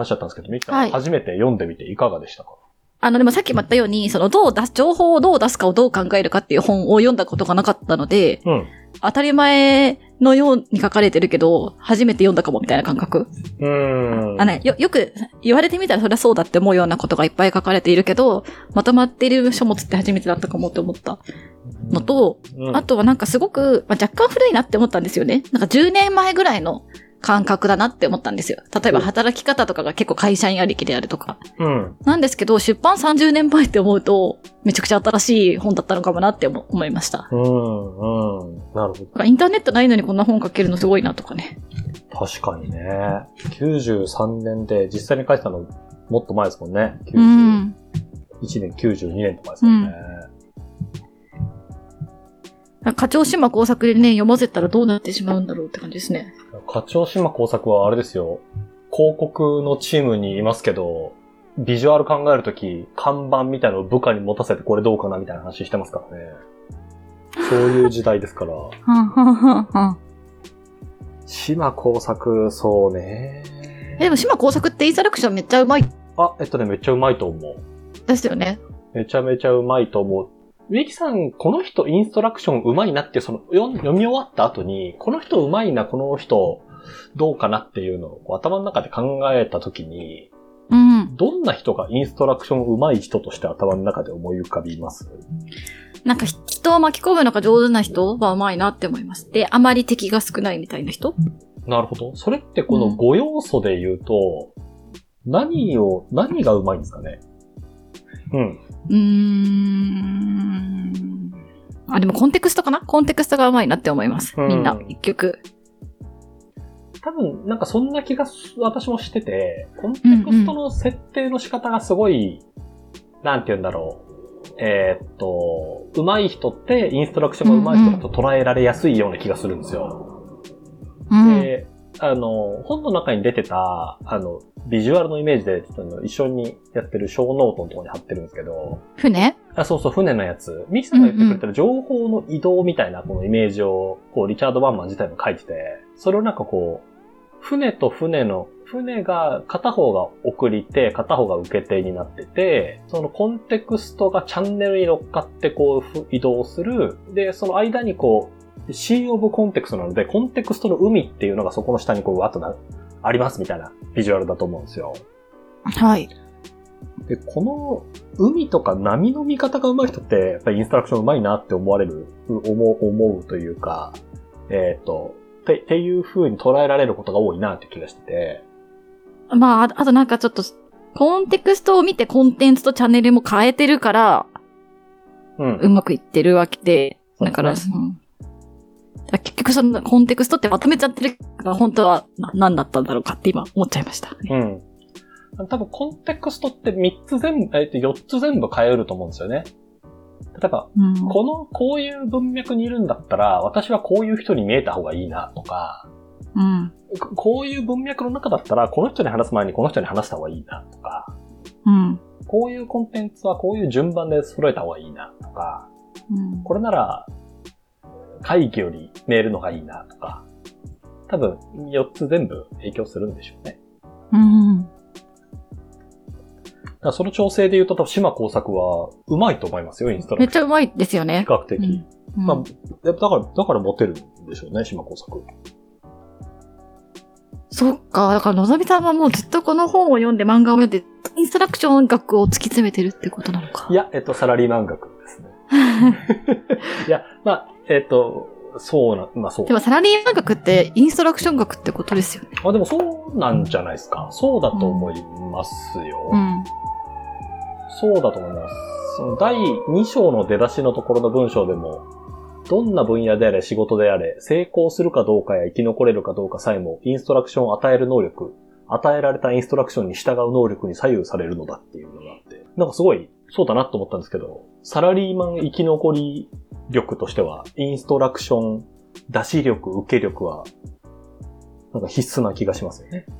話だったんですけど、ミキさん初めて読んでみていかがでしたか？ でもさっきも言ったように、情報をどう出すかをどう考えるかっていう本を読んだことがなかったので、当たり前のように書かれてるけど、初めて読んだかもみたいな感覚。よく言われてみたらそりゃそうだって思うようなことがいっぱい書かれているけど、まとまっている書物って初めてだったかもって思ったのと、あとはなんかすごく、若干古いなって思ったんですよね。なんか10年前ぐらいの感覚だなって思ったんですよ。例えば働き方とかが結構会社員ありきであるとか。なんですけど、出版30年前って思うと、めちゃくちゃ新しい本だったのかもなって思いました。 なるほど。 インターネットないのにこんな本書けるのすごいなとかね。 確かにね。93年で実際に書いてたのもっと前ですもんね。91年、92年とかですもんね。 課長島工作でね、読ませたらどうなってしまうんだろうって感じですね。 課長島工作はあれですよ。広告のチームにいますけど、ビジュアル考えるとき、看板みたいなのを部下に持たせてこれどうかなみたいな話してますからね。そういう時代ですから。島工作、そうね。 でも島工作ってインストラクションめっちゃうまい。 めっちゃうまいと思う。 ですよね。 めちゃめちゃうまいと思う。ウィキさん、この人インストラクションうまいなって読み終わった後に、この人うまいな、この人どうかなっていうのを頭の中で考えた時に、どんな人がインストラクションうまい人として頭の中で思い浮かびます？ なんか人を巻き込むのが上手な人はうまいなって思います。で、あまり敵が少ないみたいな人？なるほど。それってこの5要素で言うと、何がうまいんですかね？ でもコンテクストかな？コンテクストがうまいなって思います。みんな、一曲。 多分、なんかそんな気が私もしてて、コンテクストの設定の仕方がすごい、なんて言うんだろう。上手い人ってインストラクションが上手い人だと捉えられやすいような気がするんですよ。で、本の中に出てた、ビジュアルのイメージで一緒にやってる小ノートのところに貼ってるんですけど。 船？ そうそう、船のやつ。ミキさんが言ってくれてる情報の移動みたいなこのイメージを、リチャード・バンマン自体も書いてて、それをなんか船が片方が送り手、片方が受け手になってて、そのコンテクストがチャンネルに乗っかって移動する。で、その間にシー・オブ・コンテクストなので、コンテクストの海っていうのがそこの下にありますみたいなビジュアルだと思うんですよ。 はい。 で、この海とか波の見方が上手い人って、やっぱりインストラクション上手いなって思うというか、っていう風に捉えられることが多いなって気がしてて。 あとなんかちょっと、コンテクストを見てコンテンツとチャンネルも変えてるから、うまくいってるわけで、だから、結局そのコンテクストってまとめちゃってるから本当は何だったんだろうかって今思っちゃいました。 多分コンテクストって4つ全部変えると思うんですよね。例えば、こういう文脈にいるんだったら、私はこういう人に見えた方がいいなとか、こういう文脈の中だったら、この人に話す前にこの人に話した方がいいなとか、こういうコンテンツはこういう順番で揃えた方がいいなとか、これなら、会議よりメールの方がいいなとか、多分4つ全部影響するんでしょうね。だからその調整で言うと、島工作はうまいと思いますよ、インストラクション。 めっちゃうまいですよね。 比較的。だからモテるんでしょうね、島工作。 そっか、だからのぞみさんはもうずっとこの本を読んで漫画を読んで、インストラクション学を突き詰めてるってことなのか。 いや、サラリーマン学ですね。いや、そう。 でもサラリーマン学ってインストラクション学ってことですよね。 でもそうなんじゃないですか。そうだと思いますよ。そうだと思います。その第2章の出だしのところの文章でも、どんな分野であれ仕事であれ、成功するかどうかや生き残れるかどうかさえも、インストラクションを与える能力、与えられたインストラクションに従う能力に左右されるのだっていうのがあって、なんかすごい、そうだなと思ったんですけど、サラリーマン生き残り力としては、インストラクション、出し力、受け力は、なんか必須な気がしますよね。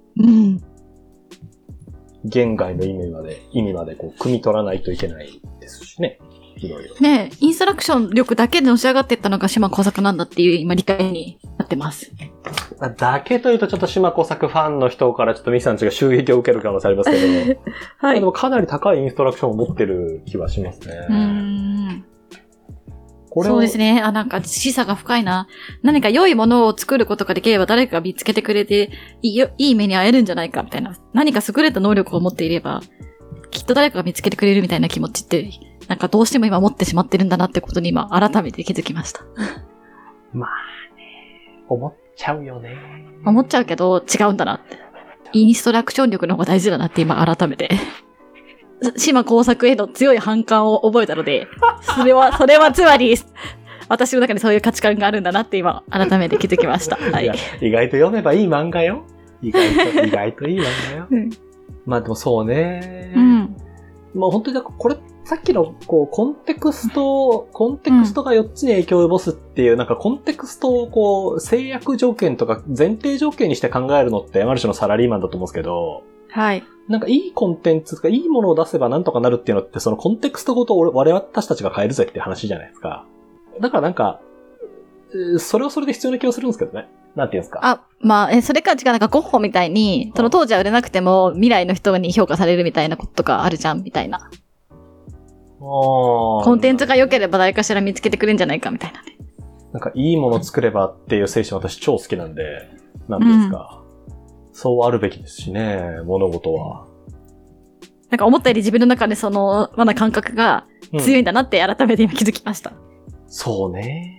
言外の意味まで汲み取らないといけないですしね。いろいろ。 ねえ、インストラクション力だけでのし上がっていったのが島工作なんだっていう今理解になっってます。 だけというとちょっと島工作ファンの人からちょっとミキさんちが襲撃を受ける可能性ありますけど、はい。でもかなり高いインストラクションを持ってる気はしますね。 そうですね。なんか示唆が深いな。何か良いものを作ることができれば誰かが見つけてくれていい目に会えるんじゃないかみたいな。何か優れた能力を持っていれば、きっと誰かが見つけてくれるみたいな気持ちって、なんかどうしても今持ってしまってるんだなってことに今改めて気づきました。 まあね、思っちゃうよね。 思っちゃうけど違うんだなって。インストラクション力の方が大事だなって今改めて。島工作への強い反感を覚えたので、それはつまり、私の中にそういう価値観があるんだなって今改めて気づきました。はい。 意外と読めばいい漫画よ。意外といい漫画よ。まあでもそうね。もう本当にこれ、さっきのコンテクストが4つに影響を及ぼすっていう、なんかコンテクストを制約条件とか前提条件にして考えるのってある種のサラリーマンだと思うんですけど、 はい。 なんかいいコンテンツとかいいものを出せばなんとかなるっていうのってそのコンテクストごと私たちが変えるぜって話じゃないですか。だからなんか、それはそれで必要な気がするんですけどね。なんていうんですか。 まあ、それか違う、なんかゴッホみたいに、その当時は売れなくても未来の人に評価されるみたいなことがあるじゃん、みたいな。コンテンツが良ければ誰かしら見つけてくれるんじゃないかみたいなね。 なんかいいものを作ればっていう精神私超好きなんで、なんですか、そうあるべきですしね、物事は。 なんか思ったより自分の中でまだ感覚が強いんだなって改めて今気づきました。 そうね。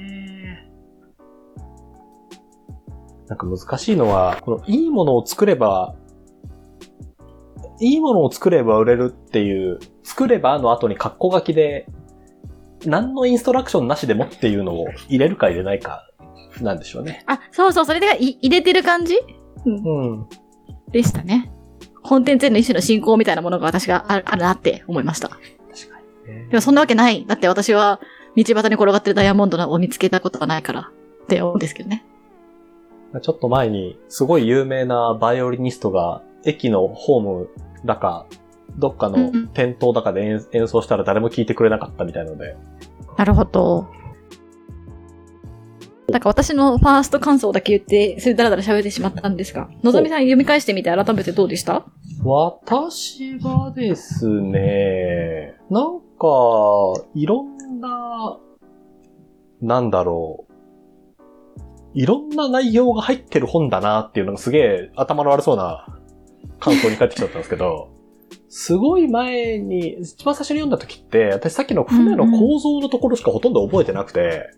なんか難しいのは、このいいものを作れば売れるっていう、作ればの後にカッコ書きで、何のインストラクションなしでもっていうのを入れるか入れないか、なんでしょうね。 そう、それで入れてる感じ？でしたね。コンテンツへの一種の進行みたいなものが私があるなって思いました。確かに。でもそんなわけない。だって私は道端に転がってるダイヤモンドを見つけたことがないからって思うんですけどね。 ちょっと前にすごい有名なバイオリニストが駅のホームだか、どっかの店頭だかで演奏したら誰も聴いてくれなかったみたいなので。 なるほど。なんか私のファースト感想だけ言って、それだらだら喋ってしまったんですが、のぞみさん読み返してみて改めてどうでした？ 私はですね、なんか、いろんな、なんだろう、いろんな内容が入ってる本だなっていうのがすげえ頭の悪そうな感想に返ってきちゃったんですけど、すごい前に、一番最初に読んだ時って、私さっきの船の構造のところしかほとんど覚えてなくて、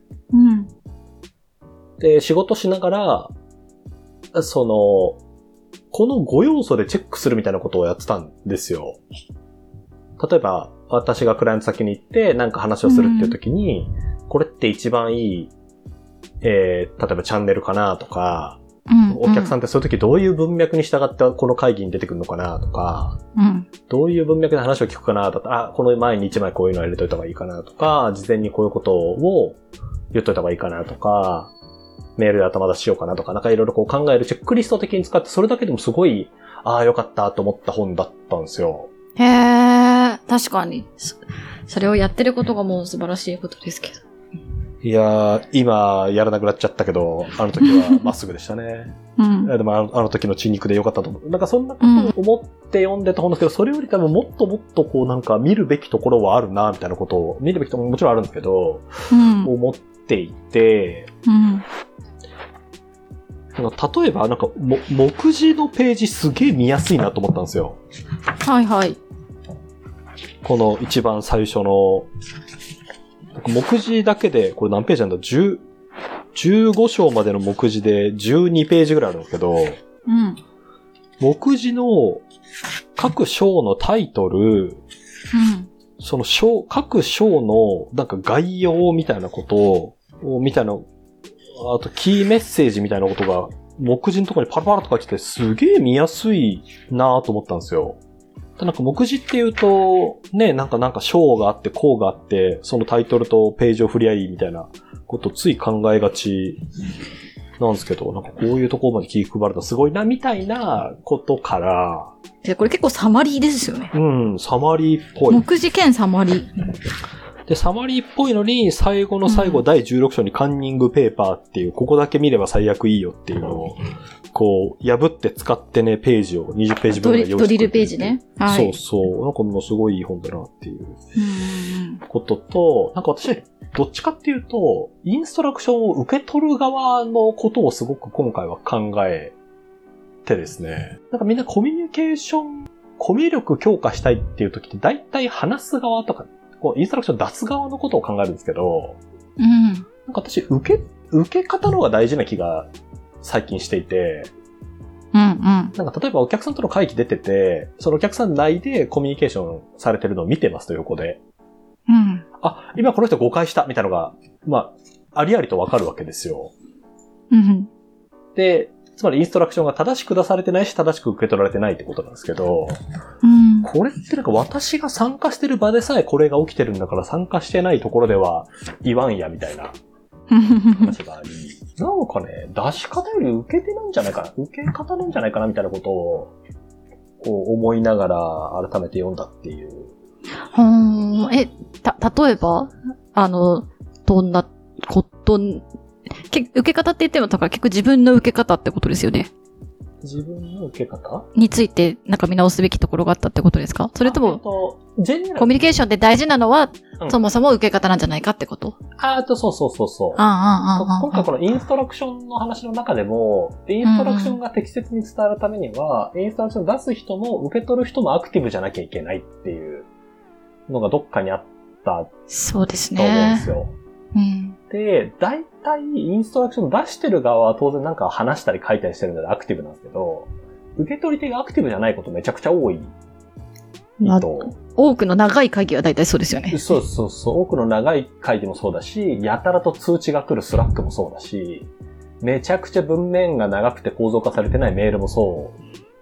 で、仕事しながら、この5要素でチェックするみたいなことをやってたんですよ。例えば、私がクライアント先に行って、なんか話をするっていう時に、これって一番いい、例えばチャンネルかなとか、お客さんってそういう時どういう文脈に従ってこの会議に出てくるのかなとか、どういう文脈で話を聞くかなとか、この前に1枚こういうのを入れといた方がいいかなとか、事前にこういうことを言っといた方がいいかなとか、メールで頭出ししようかなとか、なんかいろいろ考えるチェックリスト的に使って、それだけでもすごい、よかったと思った本だったんですよ。 へー、確かに。それをやってることがもう素晴らしいことですけど。 いやー、今やらなくなっちゃったけど、あの時はまっすぐでしたね。でもあの時の血肉でよかったと思う。なんかそんなことを思って読んでた本ですけど、それより多分もっともっとなんか見るべきところはあるな、みたいなことを、見るべきところももちろんあるんですけど、思っていて、例えば、なんか、目次のページすげえ見やすいなと思ったんですよ。 はいはい。 この一番最初の、目次だけで、これ何ページなんだ ?15 章までの目次で12ページぐらいあるんですけど、目次の各章のタイトル、その各章のなんか概要みたいなことを、みたいな、あとキーメッセージみたいなことが目次のところにパラパラと書いててすげえ見やすいなぁと思ったんですよ。なんか目次って言うと、ね、なんか章があって、項があって、そのタイトルとページを振りゃいいみたいなことつい考えがちなんですけど、なんかこういうところまで気配るとすごいな、みたいなことから。 これ結構サマリーですよね。 サマリーっぽい。 目次兼サマリー。 で、サマリーっぽいのに、最後の最後、第16章にカンニングペーパーっていう、ここだけ見れば最悪いいよっていうのを、こう、破って使ってね、ページを、20ページ分ぐらい用意してドリルページね。はい。 そうそう。なんかものすごいいい本だなっていうことと、なんか私、どっちかっていうと、インストラクションを受け取る側のことをすごく今回は考えてですね。なんかみんなコミュニケーション、コミュ力強化したいっていう時って大体話す側とか、こうインストラクション出す側のことを考えるんですけど、なんか私、受け方の方が大事な気が最近していて、なんか例えばお客さんとの会議出てて、そのお客さん内でコミュニケーションされてるのを見てますと横で。あ、今この人誤解したみたいなのが、まあ、ありありとわかるわけですよ。で、つまりインストラクションが正しく出されてないし、正しく受け取られてないってことなんですけど、これってなんか私が参加してる場でさえこれが起きてるんだから参加してないところでは言わんやみたいな話があり、なんかね、出し方より受け手なんじゃないかな、受け方なんじゃないかなみたいなことをこう思いながら改めて読んだっていう。 例えばどんなこと受け方って言っても、だから結局自分の受け方ってことですよね。 自分の受け方についてなんか見直すべきところがあったってことですか？それとも、コミュニケーションで大事なのは、そもそも受け方なんじゃないかってこと？ そう。今回このインストラクションの話の中でも、インストラクションが適切に伝わるためには、インストラクションを出す人も受け取る人もアクティブじゃなきゃいけないっていうのがどっかにあったと思うんですよ。そうですね。で、大体インストラクション出してる側は当然なんか話したり書いたりしてるのでアクティブなんですけど、受け取り手がアクティブじゃないことめちゃくちゃ多い。 多くの長い会議は大体そうですよね。 そう。多くの長い会議もそうだし、やたらと通知が来るスラックもそうだし、めちゃくちゃ文面が長くて構造化されてないメールもそう。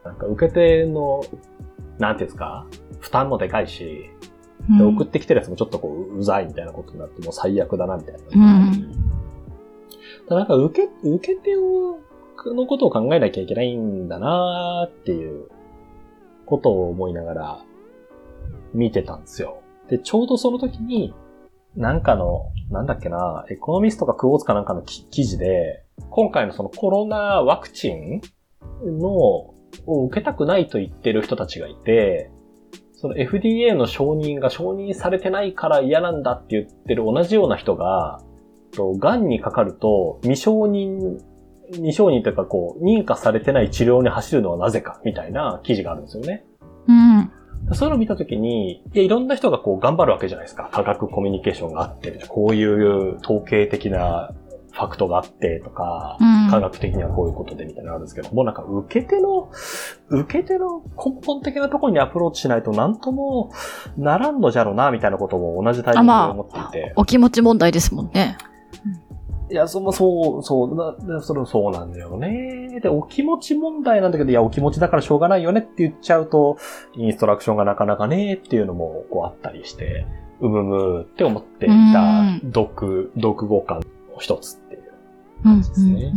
なんか受け手の、なんていうんですか、負担もでかいし、で送ってきてるやつもちょっとこう、うざいみたいなことになってもう最悪だなみたいな。なんか受け手のことを考えなきゃいけないんだなーっていうことを思いながら見てたんですよ。で、ちょうどその時に、なんだっけな、エコノミストかクォーツかなんかの記事で、今回のそのコロナワクチンを受けたくないと言ってる人たちがいて、その FDA の承認が承認されてないから嫌なんだって言ってる同じような人が、癌にかかると未承認というかこう、認可されてない治療に走るのはなぜかみたいな記事があるんですよね。そういうのを見たときに、いろんな人がこう頑張るわけじゃないですか。科学コミュニケーションがあって、こういう統計的なファクトがあってとか、科学的にはこういうことでみたいなのあるんですけども、なんか受け手の根本的なところにアプローチしないとなんともならんのじゃろうな、みたいなことも同じタイミングで思っていて。 お気持ち問題ですもんね。 いや、そうなんだよね。で、お気持ち問題なんだけど、いや、お気持ちだからしょうがないよねって言っちゃうと、インストラクションがなかなかねっていうのもこうあったりして、うむむって思っていた読語感の一つっていう感じですね。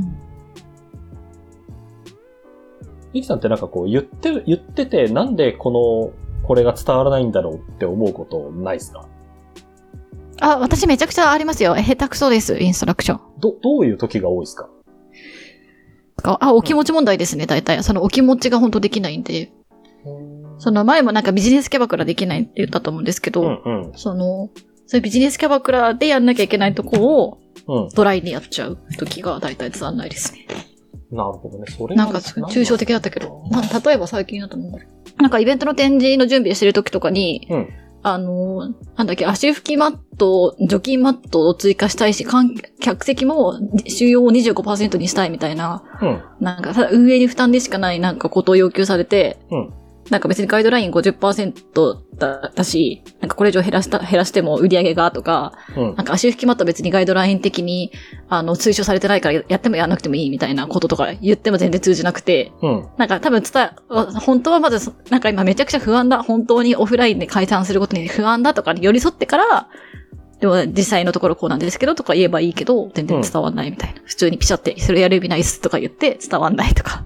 ミキさんってなんかこう言ってて、なんでこれが伝わらないんだろうって思うことないですか？ 私めちゃくちゃありますよ。下手くそです、インストラクション。 どういう時が多いですか？ お気持ち問題ですね、大体。そのお気持ちが本当できないんで。その前もなんかビジネスキャバクラできないって言ったと思うんですけど、そういうビジネスキャバクラでやんなきゃいけないとこを、ドライにやっちゃう時が大体伝わんないですね。 なるほどね。それなんか抽象的だったけど、例えば最近だと思う。なんかイベントの展示の準備してる時とかに、なんだっけ、足拭きマット、除菌マットを追加したいし、客席も収容を 25% にしたいみたいな、なんか運営に負担でしかないなんかことを要求されて、なんか別にガイドライン 50% だし、なんかこれ以上減らしても売り上げがとか、なんか足拭きマット別にガイドライン的に、推奨されてないからやってもやらなくてもいいみたいなこととか言っても全然通じなくて、なんか多分本当はまず、なんか今めちゃくちゃ不安だ、本当にオフラインで解散することに不安だとかに寄り添ってから、でも実際のところこうなんですけどとか言えばいいけど、全然伝わんないみたいな。普通にピシャって、それやる意味ないっすとか言って伝わんないとか。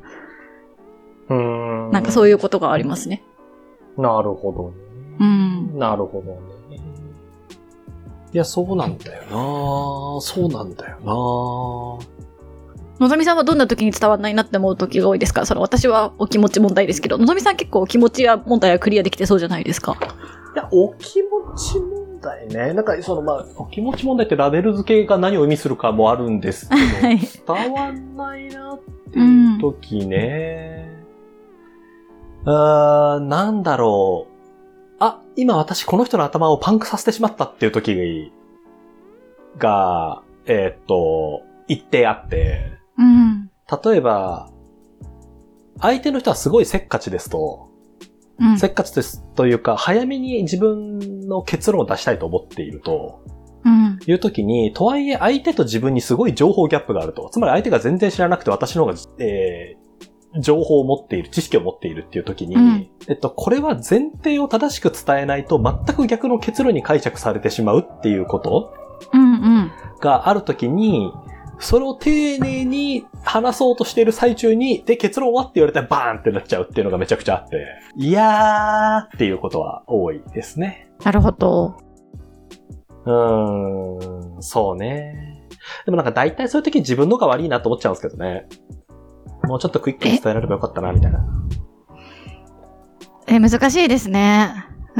なんかそういうことがありますね。 なるほどね。なるほどね。 いや、そうなんだよな。そうなんだよな。 のぞみさんはどんな時に伝わんないなって思う時が多いですか？私はお気持ち問題ですけど、のぞみさん結構お気持ち問題はクリアできてそうじゃないですか？ いや、お気持ち問題ね。なんか、お気持ち問題ってラベル付けが何を意味するかもあるんですけど、はい、伝わんないなっていう時ね。なんだろう。あ、今私この人の頭をパンクさせてしまったっていう時が、一定あって、 うん、 例えば、相手の人はすごいせっかちですと、せっかちですというか、早めに自分の結論を出したいと思っていると、いう時に、とはいえ相手と自分にすごい情報ギャップがあると。つまり相手が全然知らなくて私の方が、情報を持っている、知識を持っているっていう時に、これは前提を正しく伝えないと全く逆の結論に解釈されてしまうっていうことがある時に、それを丁寧に話そうとしている最中に、で、結論はって言われたらバーンってなっちゃうっていうのがめちゃくちゃあって、いやーっていうことは多いですね。 なるほど。 そうね。でもなんか大体そういう時に自分のが悪いなと思っちゃうんですけどね。もうちょっとクイックに伝えられればよかったな、みたいな。 難しいですね。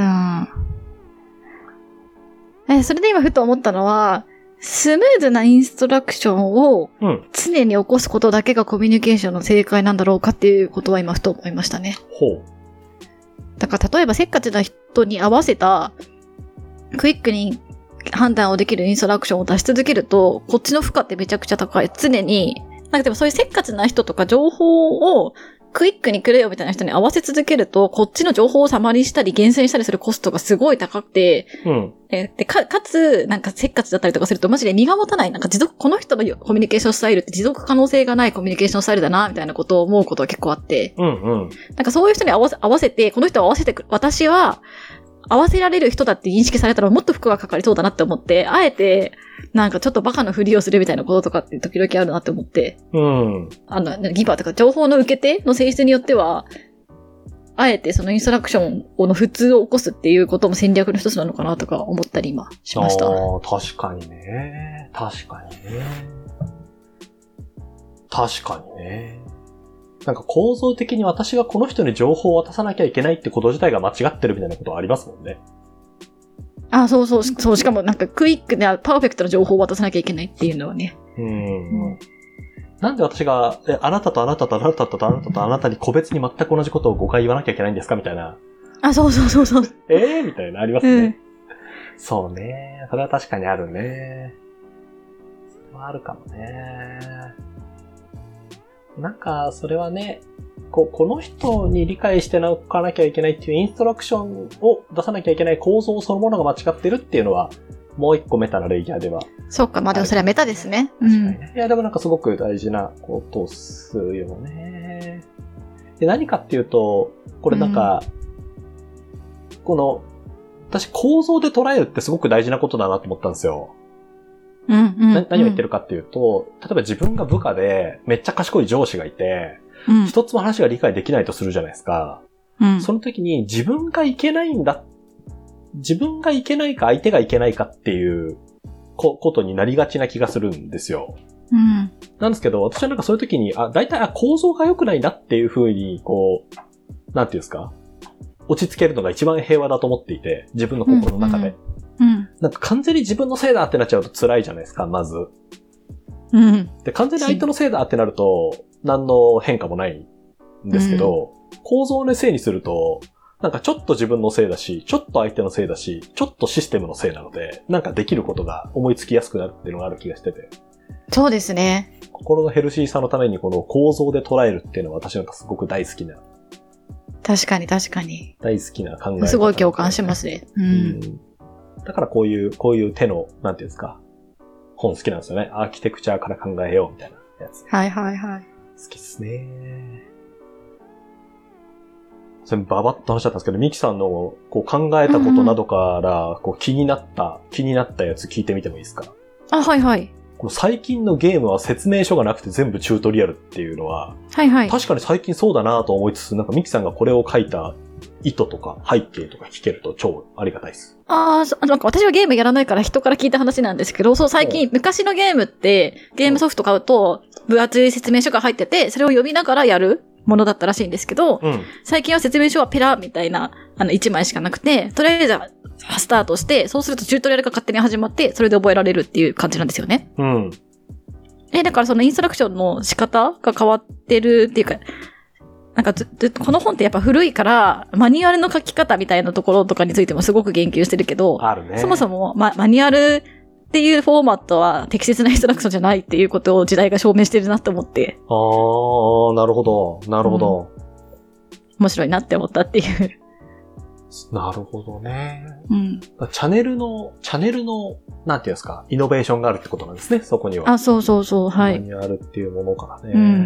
それで今ふと思ったのは、スムーズなインストラクションを常に起こすことだけがコミュニケーションの正解なんだろうかっていうことは今ふと思いましたね。 ほう。 だから例えばせっかちな人に合わせたクイックに判断をできるインストラクションを出し続けると、こっちの負荷ってめちゃくちゃ高い。常に、なんかでもそういうせっかちな人とか情報をクイックにくれよみたいな人に合わせ続けると、こっちの情報をサマリーしたり厳選したりするコストがすごい高くて、かつ、なんかせっかちだったりとかするとマジで身が持たない、なんかこの人のコミュニケーションスタイルって持続可能性がないコミュニケーションスタイルだな、みたいなことを思うことが結構あって、なんかそういう人に合わせて、この人を合わせて私は、合わせられる人だって認識されたらもっと負荷がかかりそうだなって思って、あえて、なんかちょっとバカなふりをするみたいなこととかって時々あるなって思って。ギバーとか情報の受け手の性質によっては、あえてそのインストラクションの普通を起こすっていうことも戦略の一つなのかなとか思ったり今しました。 確かにね。確かにね。なんか構造的に私がこの人に情報を渡さなきゃいけないってこと自体が間違ってるみたいなことはありますもんね。 そう。しかもなんかクイックでパーフェクトな情報を渡さなきゃいけないっていうのはね。 なんで私が、あなたとあなたとあなたとあなたとあなたに個別に全く同じことを5回言わなきゃいけないんですかみたいな。 そう。みたいなありますね。そうね。それは確かにあるね。それはあるかもね。なんか、それはね、この人に理解しておかなきゃいけないっていうインストラクションを出さなきゃいけない構造そのものが間違ってるっていうのは、もう一個メタなレイヤーでは。 そうか、でもそれはメタですね。 確かにね。いや、でもなんかすごく大事なことっすよね。で、何かっていうと、これなんか、私構造で捉えるってすごく大事なことだなと思ったんですよ。何を言ってるかっていうと、例えば自分が部下でめっちゃ賢い上司がいて、一つも話が理解できないとするじゃないですか。その時に自分がいけないんだ。自分がいけないか相手がいけないかっていうことになりがちな気がするんですよ。なんですけど、私はなんかそういう時に、大体構造が良くないなっていう風に、なんていうんですか、落ち着けるのが一番平和だと思っていて、自分の心の中で。なんか完全に自分のせいだってなっちゃうと辛いじゃないですか、まず。で、完全に相手のせいだってなると、何の変化もないんですけど、構造のせいにすると、なんかちょっと自分のせいだし、ちょっと相手のせいだし、ちょっとシステムのせいなので、なんかできることが思いつきやすくなるっていうのがある気がしてて。 そうですね。 心のヘルシーさのためにこの構造で捉えるっていうのは私なんかすごく大好きな。 確かに。大好きな考え方。 すごい共感しますね。 だからこういう手の、なんていうんですか、本好きなんですよね。アーキテクチャから考えようみたいなやつ。 はい。 好きっすね。それババッと話しちゃったんですけど、ミキさんの考えたことなどから気になったやつ聞いてみてもいいですか？ はい。 この最近のゲームは説明書がなくて全部チュートリアルっていうのは、 はい。 確かに最近そうだなと思いつつ、なんかミキさんがこれを書いた意図とか背景とか聞けると超ありがたいです。 なんか私はゲームやらないから人から聞いた話なんですけど、そう最近、昔のゲームって、ゲームソフト買うと、分厚い説明書が入ってて、それを読みながらやるものだったらしいんですけど、最近は説明書はペラみたいな、1枚しかなくて、とりあえずスタートして、そうするとチュートリアルが勝手に始まって、それで覚えられるっていう感じなんですよね。だからそのインストラクションの仕方が変わってるっていうか、なんかこの本ってやっぱ古いから、マニュアルの書き方みたいなところとかについてもすごく言及してるけど、 あるね。 そもそも、マニュアルっていうフォーマットは適切なインストラクションじゃないっていうことを時代が証明してるなと思って。 なるほど。なるほど、 面白いなって思ったっていう。 なるほどね。チャンネルの、なんていうんですか、イノベーションがあるってことなんですね、そこには。 そう、はい。 マニュアルっていうものからね。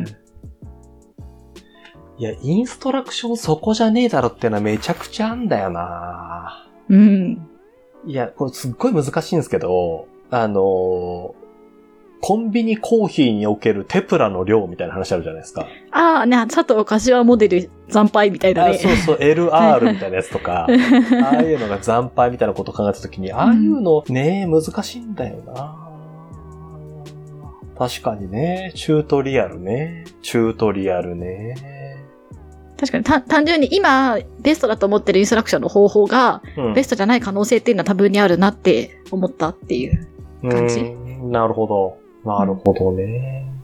いや、インストラクションそこじゃねえだろってのはめちゃくちゃあんだよな。いや、これすっごい難しいんですけど、コンビニコーヒーにおけるテプラの量みたいな話あるじゃないですか。佐藤柏モデル惨敗みたいなね。 そう、LR みたいなやつとか、ああいうのが惨敗みたいなことを考えたときに、ああいうのね、難しいんだよな。確かにね、チュートリアルね。 確かに単純に今ベストだと思ってるインストラクションの方法が、ベストじゃない可能性っていうのは多分にあるなって思ったっていう感じ。 なるほどね。